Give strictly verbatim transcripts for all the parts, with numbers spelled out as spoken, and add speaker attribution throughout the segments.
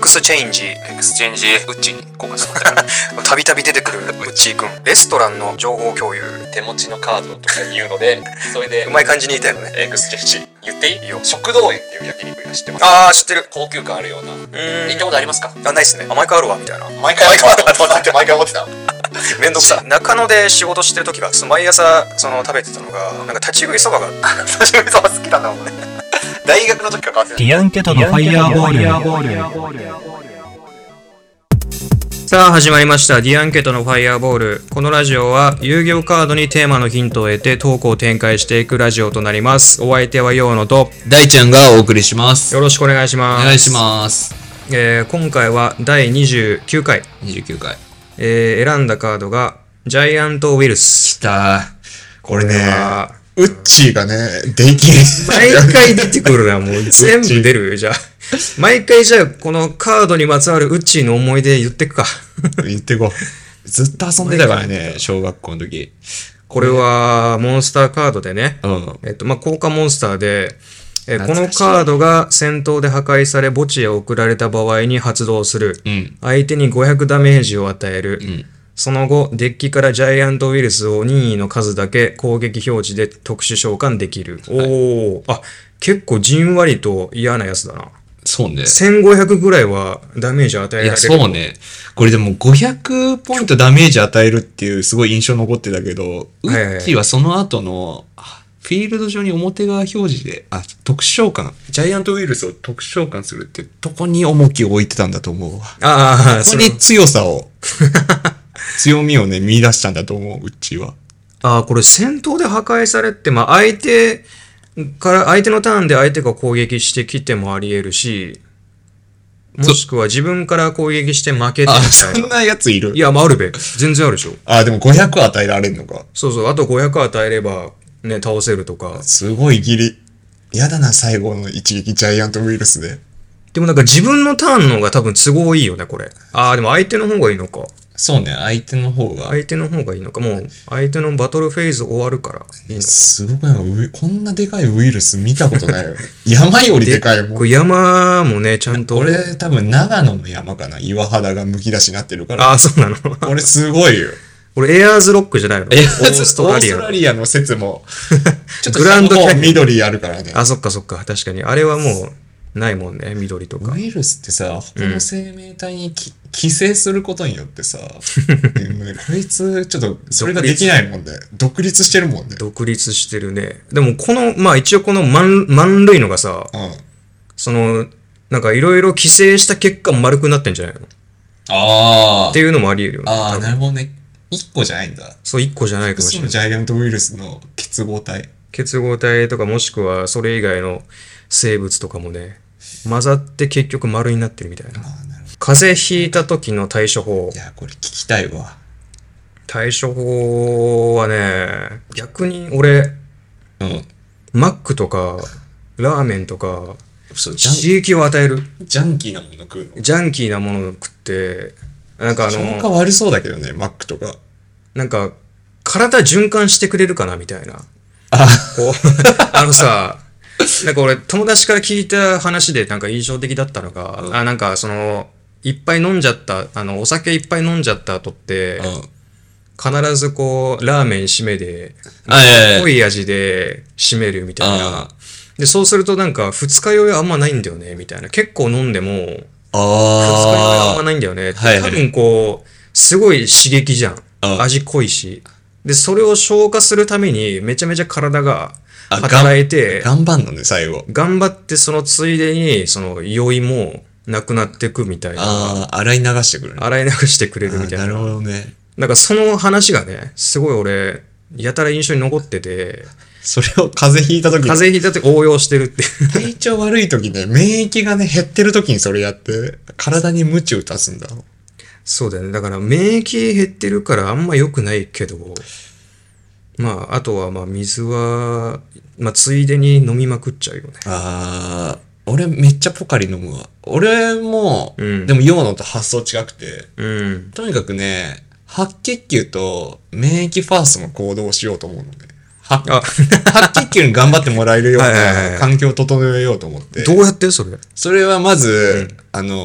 Speaker 1: スチェンジ
Speaker 2: エクスチェンジウッチに交換してもらったから
Speaker 1: たびたび出てくるウッチーくん。レストランの情報共有、
Speaker 2: 手持ちのカードとか言うので、それで
Speaker 1: うまい感じに言いたいのね。
Speaker 2: エクスチェンジ言っていい？
Speaker 1: いいよ。
Speaker 2: 食道園っていう焼肉屋知ってます？
Speaker 1: あー知ってる。
Speaker 2: 高級感あるような。
Speaker 1: うーん
Speaker 2: 行ったことありますか？
Speaker 1: あ、ないっすね。あ、毎回あるわみたいな。
Speaker 2: 毎回毎回だって毎回思ってた。
Speaker 1: めんどくさ。中野で仕事してる時が毎朝その食べてたのがなんか立ち食いそばが
Speaker 2: 立ち食いそば好きなんだもんね。大学の時から変わって
Speaker 3: ディアンケトのファイヤーボール。
Speaker 1: さあ始まりましたディアンケトのファイヤーボール。このラジオは遊戯王カードにテーマのヒントを得てトークを展開していくラジオとなります。お相手はヨーノと
Speaker 4: 大ちゃんがお送りします。
Speaker 1: よろしくお願いします。
Speaker 4: お願いします。
Speaker 1: えー、今回はだいにじゅうきゅうかい
Speaker 4: にじゅうきゅうかい、
Speaker 1: えー、選んだカードがジャイアントウイルス。
Speaker 4: きた。これね、
Speaker 1: あ
Speaker 4: ウッチーがね、でき
Speaker 1: 毎回出てくるな。もう全部出るよ。じゃあ毎回じゃあこのカードにまつわるウッチーの思い出言ってくか。
Speaker 4: 言ってこう。ずっと遊んでたからね、小学校の時。
Speaker 1: これはモンスターカードでね、
Speaker 4: うん。
Speaker 1: えっとまあ効果モンスターで、えーこのカードが戦闘で破壊され墓地へ送られた場合に発動する。
Speaker 4: うん。
Speaker 1: 相手にごひゃくダメージを与える。
Speaker 4: うん。
Speaker 1: その後、デッキからジャイアントウイルスを任意の数だけ攻撃表示で特殊召喚できる。おー、あ、結構じんわりと嫌なやつだな。
Speaker 4: そうね。
Speaker 1: せんごひゃくぐらいはダメージ与えられる。
Speaker 4: いや、そうね。これでもごひゃくポイントダメージ与えるっていうすごい印象残ってたけど、ウ
Speaker 1: はいはい
Speaker 4: ッチーはその後の、あフィールド上に表側表示で、あ、特殊召喚、ジャイアントウイルスを特殊召喚するってとこに重きを置いてたんだと思うわ。
Speaker 1: ああ、
Speaker 4: ここに強さを、強みをね、見出したんだと思う、うちは。
Speaker 1: ああ、これ戦闘で破壊されって、まあ相手から、相手のターンで相手が攻撃してきてもあり得るし、もしくは自分から攻撃して負けてみ
Speaker 4: あ、
Speaker 1: たいな。
Speaker 4: そんなやついる？
Speaker 1: いや、まああるべ。全然あるでしょ。
Speaker 4: あ、でもごひゃく与えられるのか。
Speaker 1: そうそう、あとごひゃく与えれば、ね、倒せるとか。
Speaker 4: すごいギリ。やだな、最後の一撃ジャイアントウイルスで。
Speaker 1: でもなんか自分のターンの方が多分都合いいよね、これ。ああ、でも相手の方がいいのか。
Speaker 4: そうね、相手の方が。
Speaker 1: 相手の方がいいのか。もう、相手のバトルフェーズ終わるからいいのか。
Speaker 4: すごくないウイこんなでかいウイルス見たことないよ。山よりでかいもん。
Speaker 1: これ山もね、ちゃんと。
Speaker 4: これ多分長野の山かな。岩肌がむき出しになってるから。
Speaker 1: ああ、そうなの。
Speaker 4: これすごいよ。
Speaker 1: これエアーズロックじゃないの？オ
Speaker 4: え、オ
Speaker 1: ーストラリアの。
Speaker 4: オーストラリアの説も、ちょっと
Speaker 1: グランドキャニオン
Speaker 4: 緑あるからね。
Speaker 1: あ、そっかそっか。確かに。あれはもう、ないもんね。緑とか
Speaker 4: ウ。イルスってさ、他の生命体にき、寄生することによってさ、ねこいつ、ちょっと、それができないもんで、独立してるもんね。
Speaker 1: 独立してるね。でも、この、まあ一応この満満類のがさ、
Speaker 4: うん。
Speaker 1: その、なんかいろいろ寄生した結果丸くなってんじゃないのっ
Speaker 4: あ
Speaker 1: ていうのもあり得るよね。
Speaker 4: ああ、
Speaker 1: 多分
Speaker 4: なるほどね。一個じゃないんだ。
Speaker 1: そう、一個じゃないか
Speaker 4: 複数の
Speaker 1: もしれない。
Speaker 4: ジャイアントウイルスの結合体。
Speaker 1: 結合体とかもしくはそれ以外の生物とかもね、混ざって結局丸になってるみたいな。
Speaker 4: ああ、なるほ
Speaker 1: 風邪ひいた時の対処法
Speaker 4: ど。い。や、これ聞きたいわ。
Speaker 1: 対処法はね、逆に俺、
Speaker 4: うん。
Speaker 1: マックとか、ラーメンとか、
Speaker 4: そう、ジャン
Speaker 1: 刺激を与える。
Speaker 4: ジャンキーなもの食うの。
Speaker 1: ジャンキーなものを食って、なんかあ
Speaker 4: 消化
Speaker 1: の、
Speaker 4: 悪そうだけどね、マックとか。
Speaker 1: なんか、体循環してくれるかなみたいな。
Speaker 4: あ、
Speaker 1: こう、あのさ、なんか俺友達から聞いた話でなんか印象的だったのが、
Speaker 4: うん
Speaker 1: あ、なんかその、いっぱい飲んじゃった、あの、お酒いっぱい飲んじゃった後って、
Speaker 4: うん。
Speaker 1: 必ずこう、ラーメン締めで、
Speaker 4: あ、いやいや
Speaker 1: 濃い味で締めるみたいな
Speaker 4: あ。
Speaker 1: で、そうするとなんか二日酔いあんまないんだよね、みたいな。結構飲んでも、二日酔いあんま
Speaker 4: あ
Speaker 1: ないんだよね。
Speaker 4: はいはい
Speaker 1: 多分こう、すごい刺激じゃん。
Speaker 4: うん
Speaker 1: 味濃いし。で、それを消化するためにめちゃめちゃ体が
Speaker 4: あ。
Speaker 1: 働いて、
Speaker 4: 頑張んのね、最後。
Speaker 1: 頑張ってそのついでに、その酔いもなくなってくみたいな。
Speaker 4: ああ、洗い流してくるね。
Speaker 1: 洗い流してくれるみたいな。
Speaker 4: あーなるほどね。
Speaker 1: なんかその話がね、すごい俺、やたら印象に残ってて、
Speaker 4: それを風邪ひいた時に、
Speaker 1: 風邪ひいた時応用してるって。
Speaker 4: 体調悪い時ね、免疫がね、減ってる時にそれやって、体に鞭打たすんだ。
Speaker 1: そうだよね。だから免疫減ってるからあんま良くないけど、まあ、あとはまあ水は、まあついでに飲みまくっちゃうよね。
Speaker 4: ああ、俺めっちゃポカリ飲むわ。俺も、
Speaker 1: うん
Speaker 4: でもヨーノと発想違くて、
Speaker 1: うん。
Speaker 4: とにかくね、白血球と免疫ファーストの行動をしようと思うのね。は
Speaker 1: あ、
Speaker 4: 白血球に頑張ってもらえるよう
Speaker 1: はいはいはいは
Speaker 4: ない環境を整えようと思って。
Speaker 1: どうやってそれ？
Speaker 4: それはまず、あの、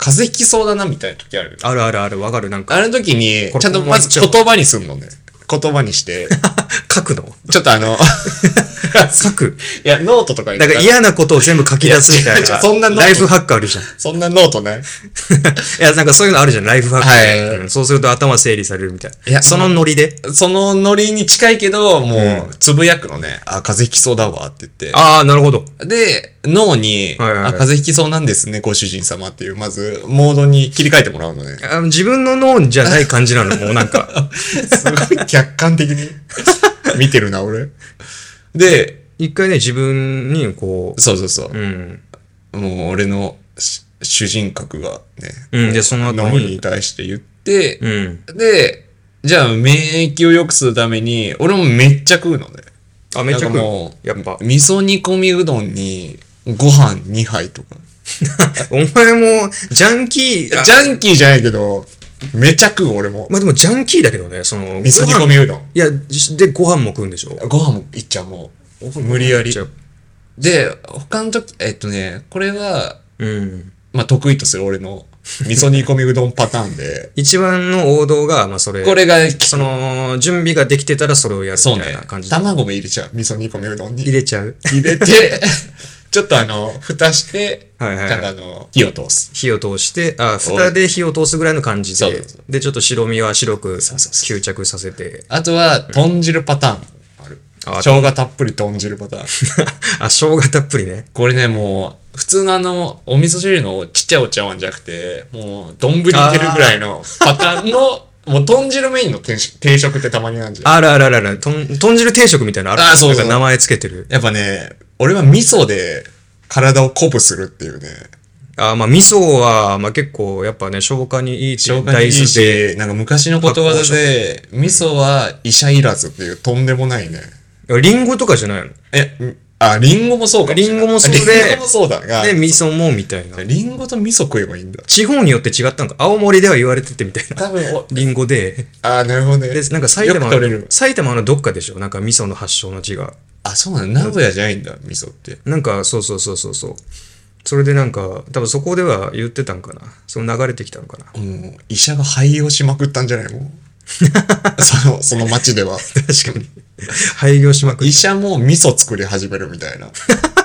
Speaker 4: 風邪ひきそうだなみたいな時ある。
Speaker 1: あるあるある、わかる。なんか。
Speaker 4: あの時に、
Speaker 1: これ
Speaker 4: ちゃんとまず言葉にすんのね。言葉にして、
Speaker 1: 書くの
Speaker 4: ちょっとあの、
Speaker 1: 書く。
Speaker 4: いや、ノートとかに。
Speaker 1: なんか嫌なことを全部書き出すみたいな。
Speaker 4: いやそんなノート
Speaker 1: ライフハックあるじゃん。い
Speaker 4: そんなノートない
Speaker 1: や、なんかそういうのあるじゃん、ライフハック。
Speaker 4: はい
Speaker 1: うんそうすると頭整理されるみたいな。
Speaker 4: いや
Speaker 1: そのノリで。
Speaker 4: そのノリに近いけど、もう、つぶやくのね。あ、風邪ひきそうだわって言って。
Speaker 1: ああ、なるほど。
Speaker 4: で、脳に、
Speaker 1: はいはいはい
Speaker 4: あ、風邪ひきそうなんですね、ご主人様っていう、まず、モードに切り替えてもらうのね。
Speaker 1: あ自分の脳じゃない感じなの、もうなんか。
Speaker 4: すごい客観的に見てるな、俺。で、
Speaker 1: 一回ね、自分にこ
Speaker 4: そうそうそう
Speaker 1: う、。うん。
Speaker 4: もう、俺のし主人格がね、
Speaker 1: うんでその後に
Speaker 4: 脳に対して言って、
Speaker 1: うん。
Speaker 4: で、じゃあ、免疫を良くするために、俺もめっちゃ食うのね。
Speaker 1: あ、めっちゃ食う。
Speaker 4: なんかもう、
Speaker 1: やっぱ。
Speaker 4: 味噌煮込みうどんに、ご飯にはいとか。
Speaker 1: お前も、ジャンキー、あ
Speaker 4: ジャンキーじゃないけど、めっちゃ食う、俺も。
Speaker 1: まあでもジャンキーだけどね、その、
Speaker 4: 味噌煮込みうどん。
Speaker 1: いや、で、ご飯も食うんでしょ
Speaker 4: ご飯もいっちゃう、もう。無理やり
Speaker 1: じゃあ。
Speaker 4: で、他の時、えっとね、これは、
Speaker 1: うん。
Speaker 4: まあ、得意とする俺の味噌煮込みうどんパターンで、
Speaker 1: 一番の王道が、まあそれ。
Speaker 4: これが、
Speaker 1: その、準備ができてたらそれをやる
Speaker 4: そうね
Speaker 1: みたいな感、じで。
Speaker 4: 卵も入れちゃう、味噌煮込みうどんに。
Speaker 1: 入れちゃう。
Speaker 4: 入れて、ちょっとあの、蓋して、
Speaker 1: はいはいはい
Speaker 4: ちゃんとあの、火を通す。
Speaker 1: 火を通して、あ、蓋で火を通すぐらいの感じで
Speaker 4: そうそうそう、
Speaker 1: で、ちょっと白身は白く
Speaker 4: そうそうそう
Speaker 1: 吸着させて、
Speaker 4: あとは、豚汁パターンもある。
Speaker 1: あ
Speaker 4: 生姜たっぷり豚汁パターン。
Speaker 1: あ、生姜たっぷりね。
Speaker 4: これね、もう、普通のあの、お味噌汁のちっちゃいお茶碗じゃなくて、もう、丼いけるぐらいのパターンの、もう豚汁メインの定食定食ってたまにあるじゃん。
Speaker 1: あるあるあるある。とん豚汁定食みたいなのある。
Speaker 4: あそうそう
Speaker 1: なんか名前つけてる。
Speaker 4: やっぱね、俺は味噌で体を鼓舞するっていうね。
Speaker 1: あ、まあ味噌は、まあ結構やっぱね、消化にいいっていう
Speaker 4: 消化にいい
Speaker 1: 大豆で。
Speaker 4: し、なんか昔のことわざで、味噌は医者いらずっていうとんでもないね。
Speaker 1: リンゴとかじゃないの
Speaker 4: え、んあ、リンゴもそうかもしれない。
Speaker 1: リンゴもそうで
Speaker 4: リンゴもそうだが。
Speaker 1: で、味噌もみたいな。
Speaker 4: リンゴと味噌食えばいいんだ。
Speaker 1: 地方によって違ったんか。青森では言われててみたいな。
Speaker 4: 多分、お
Speaker 1: リンゴで。
Speaker 4: あ、なるほどね。
Speaker 1: で、なんか埼玉
Speaker 4: よく取れる。
Speaker 1: 埼玉のどっかでしょなんか味噌の発祥の地が。
Speaker 4: あ、そうなんだ。名古屋じゃないんだ、味噌って。
Speaker 1: なんか、そうそうそうそうそう。それでなんか、多分そこでは言ってたんかな。その流れてきたのかな。
Speaker 4: もう、医者が廃業しまくったんじゃないもう。その、その町では。
Speaker 1: 確かに。廃業しまくっ
Speaker 4: 医者も味噌作り始めるみたいな。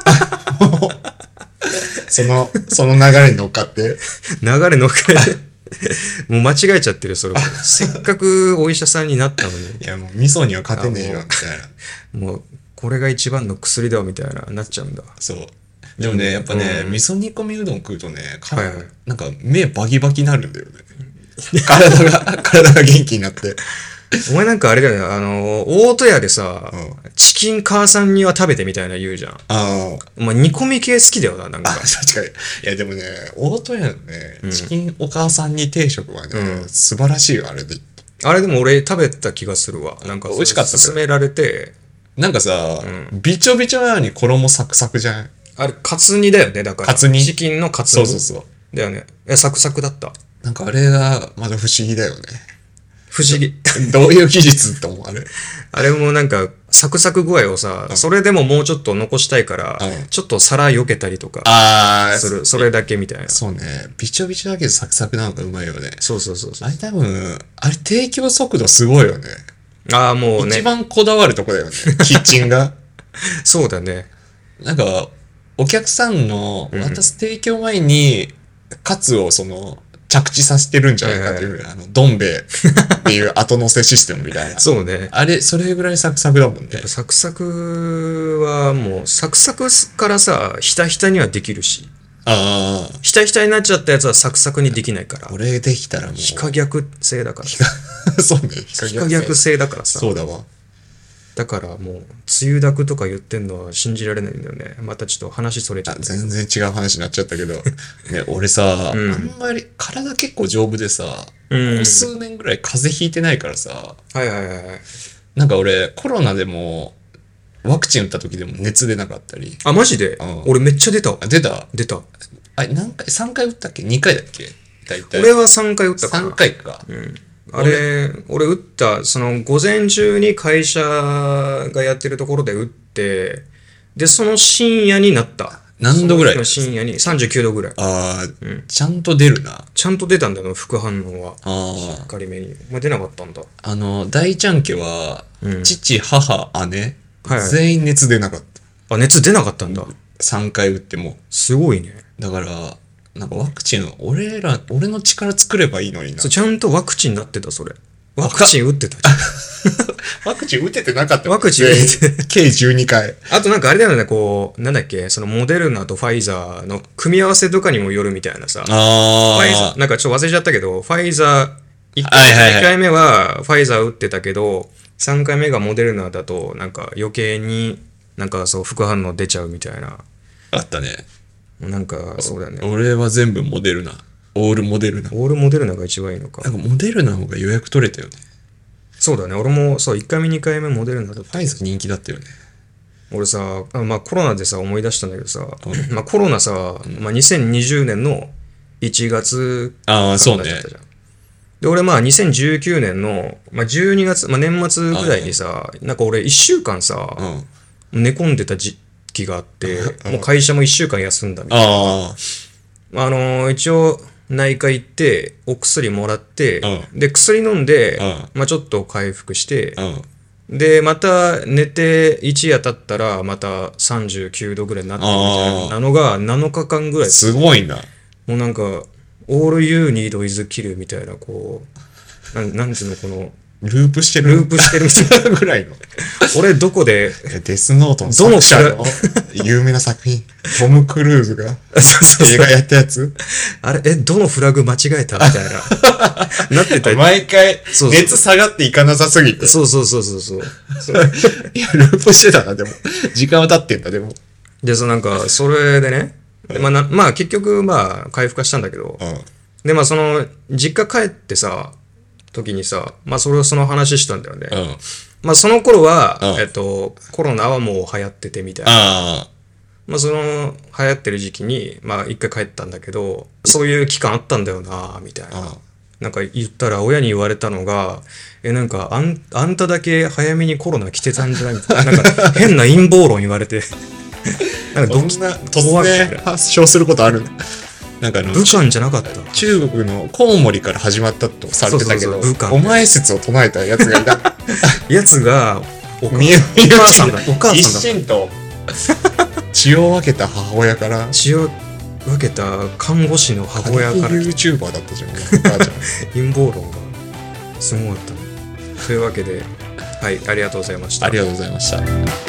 Speaker 4: その、その流れに乗っかって。
Speaker 1: 流れ乗っかれて。もう間違えちゃってる、それ。せっかくお医者さんになったのに。
Speaker 4: いや、もう味噌には勝てねえよ、みたいな。
Speaker 1: もう、これが一番の薬だ、みたいな、なっちゃうんだ。
Speaker 4: そう。でもね、やっぱね、
Speaker 1: うん
Speaker 4: 味噌煮込みうどん食うとね、か
Speaker 1: はいはい
Speaker 4: なんか目バキバキになるんだよね。体が、体が元気になって。
Speaker 1: お前なんかあれだよね、あの、大戸屋でさ、
Speaker 4: う
Speaker 1: チキン母さんには食べてみたいな言うじゃん。
Speaker 4: ああ。
Speaker 1: お前煮込み系好きだよな、なん
Speaker 4: あ、
Speaker 1: か。
Speaker 4: 確かに。いや、でもね、大戸屋のね、
Speaker 1: ん
Speaker 4: チキンお母さんに定食はね、
Speaker 1: うん
Speaker 4: 素晴らしいよ、あれで。
Speaker 1: あれでも俺食べた気がするわ。なんか、
Speaker 4: 美味しかった
Speaker 1: 勧められて、
Speaker 4: なんかさ、びちょびちょなのに衣サクサクじゃん。
Speaker 1: あれ、カツ煮だよね、だから。
Speaker 4: カツ煮
Speaker 1: チキンのカツ煮。
Speaker 4: そうそうそう。
Speaker 1: だよね。え、サクサクだった。
Speaker 4: なんかあれがまだ不思議だよね。
Speaker 1: 不思議。
Speaker 4: どういう技術って思う、あれ。
Speaker 1: あれもなんか、サクサク具合をさ、それでももうちょっと残したいから、
Speaker 4: うん
Speaker 1: ちょっと皿避けたりとか
Speaker 4: あ
Speaker 1: する。それだけみたいな。
Speaker 4: そうね。びちょびちょだけどサクサクなのがうまいよね。
Speaker 1: そうそうそうそう
Speaker 4: あ。れ多分、あれ提供速度すごいよね。
Speaker 1: ああ、もうね
Speaker 4: 一。番こだわるとこだよね。キッチンが。
Speaker 1: そうだね。
Speaker 4: なんか、お客さんの渡す提供前に、カツをその、着地させてるんじゃないかっていう、あの、どん兵衛っていう後乗せシステムみたいな。
Speaker 1: そうね。
Speaker 4: あれ、それぐらいサクサクだもんね。
Speaker 1: サクサクはもう、サクサクからさ、ひたひたにはできるし、
Speaker 4: ああ、
Speaker 1: ひたひたになっちゃったやつはサクサクにできないから、
Speaker 4: 俺できたらもう。
Speaker 1: 非可逆性だから。
Speaker 4: そうね、
Speaker 1: 非可逆性だからさ。
Speaker 4: そうだわ。
Speaker 1: だからもう、梅雨だくとか言ってんのは信じられないんだよね。またちょっと話それちゃ
Speaker 4: あ
Speaker 1: った。
Speaker 4: 全然違う話になっちゃったけど、ね、俺さ、
Speaker 1: うん
Speaker 4: あんまり体結構丈夫でさ、
Speaker 1: うん
Speaker 4: ここ数年ぐらい風邪ひいてないからさ、
Speaker 1: はいはいはいはい。
Speaker 4: なんか俺コロナでもワクチン打った時でも熱出なかったり、
Speaker 1: あ、マジで、
Speaker 4: うん
Speaker 1: 俺めっちゃ出たわ
Speaker 4: あ。出た
Speaker 1: 出た。
Speaker 4: あれ何回 ?さん 回打ったっけ ?に 回だっけ大体。
Speaker 1: 俺はさんかい打ったか
Speaker 4: さん
Speaker 1: ら。
Speaker 4: かいか。
Speaker 1: あれ、俺打った、その午前中に会社がやってるところで打って、で、その深夜になった。
Speaker 4: 何度ぐらい？
Speaker 1: その日の深夜にさんじゅうきゅうどぐらい。
Speaker 4: ああ、
Speaker 1: うん、
Speaker 4: ちゃんと出るな。
Speaker 1: ちゃんと出たんだよ、副反応は。
Speaker 4: あ
Speaker 1: しっかりめに。お前出なかったんだ。
Speaker 4: あ。あの、大ちゃん家は、
Speaker 1: うん、
Speaker 4: 父、母、姉、
Speaker 1: はいはい、
Speaker 4: 全員熱出なかった。
Speaker 1: あ、熱出なかったんだ。
Speaker 4: さんかい打っても。
Speaker 1: すごいね。
Speaker 4: だから、なんかワクチン、俺ら、俺の力作ればいいのにな。
Speaker 1: そう、ちゃんとワクチンなってた、それ。ワクチン打ってたじゃん。
Speaker 4: ワクチン打ててなかった。
Speaker 1: ワクチン打ってて。
Speaker 4: 計じゅうにかい。
Speaker 1: あとなんかあれだよね、こう、なんだっけ、そのモデルナとファイザーの組み合わせとかにもよるみたいなさ。
Speaker 4: あ
Speaker 1: ファイザー、なんかちょっと忘れちゃったけど、ファイザー、いっかい、
Speaker 4: はいはいはい、
Speaker 1: いっかいめはファイザー打ってたけど、さんかいめがモデルナだと、なんか余計になんかそう副反応出ちゃうみたいな。
Speaker 4: あったね。
Speaker 1: なんかそうだよね。
Speaker 4: 俺は全部モデルナ。オールモデルナ。
Speaker 1: オールモデルナが一番いいのか。
Speaker 4: なんかモデルナの方が予約取れたよね。
Speaker 1: そうだね。俺もそう、いっかいめにかいめモデルナだった。
Speaker 4: ファイザー人気だったよね。
Speaker 1: 俺さ、まあコロナでさ思い出したんだけどさ、うん、まあコロナさ、うん、まあにせんにじゅうねんのいちがつ
Speaker 4: からなっちゃったじゃん。ああ、そうね。
Speaker 1: で、俺まあにせんじゅうきゅうねんの、まあ、じゅうにがつ、まあ年末ぐらいにさ、なんか俺いっしゅうかんさ、うん、寝込んでた時期があって、もう会社もいっしゅうかん休んだみたいな。あ, あのー、一応内科行ってお薬もらって、うん、で薬飲んで、うん、まあちょっと回復して、うん、でまた寝て一夜経ったらまたさんじゅうきゅうどぐらいになってるみたいなのがなのかかんぐらい。
Speaker 4: すごいな。
Speaker 1: もうなんかAll you need is kill みたいな、こう、なん、なんつうの、この、
Speaker 4: ループしてる
Speaker 1: ループしてるみたいな
Speaker 4: ぐらいの。
Speaker 1: 俺どこで、
Speaker 4: デスノートの作者の有名な作品、トム・クルーズが映画やったやつ
Speaker 1: あれ、え、どのフラグ間違えたみたいな。なってた。
Speaker 4: 毎回、熱下がっていかなさすぎて。
Speaker 1: そうそうそうそうそう。
Speaker 4: いや、ループしてたな、でも。時間は経ってんだ、でも。
Speaker 1: で、そうなんか、それでね、でまあ、なまあ結局まあ回復はしたんだけど、うん、でまあその実家帰ってさ時にさまあそれをその話したんだよね、うん、まあその頃は、うん、えっとコロナはもう流行っててみたいな、まあその流行ってる時期にまあ一回帰ったんだけどそういう期間あったんだよなみたいな、うん、なんか言ったら親に言われたのがえなんかあんあんただけ早めにコロナ来てたんじゃないみたいななんか変な陰謀論言われて
Speaker 4: なんかどんな突然発症することあるの？なんかあの
Speaker 1: 武漢じゃなかった。
Speaker 4: 中国のコウモリから始まったとされてたけど、お前説を唱えたやつがいた。
Speaker 1: やつが
Speaker 4: お母さんだ。お母さんだ。一心と血を分けた母親から
Speaker 1: 血を分けた看護師の母親から
Speaker 4: YouTuber だったじゃん。お母ちゃん。
Speaker 1: 陰謀論がすごかった。というわけで、はい、ありがとうございました。
Speaker 4: ありがとうございました。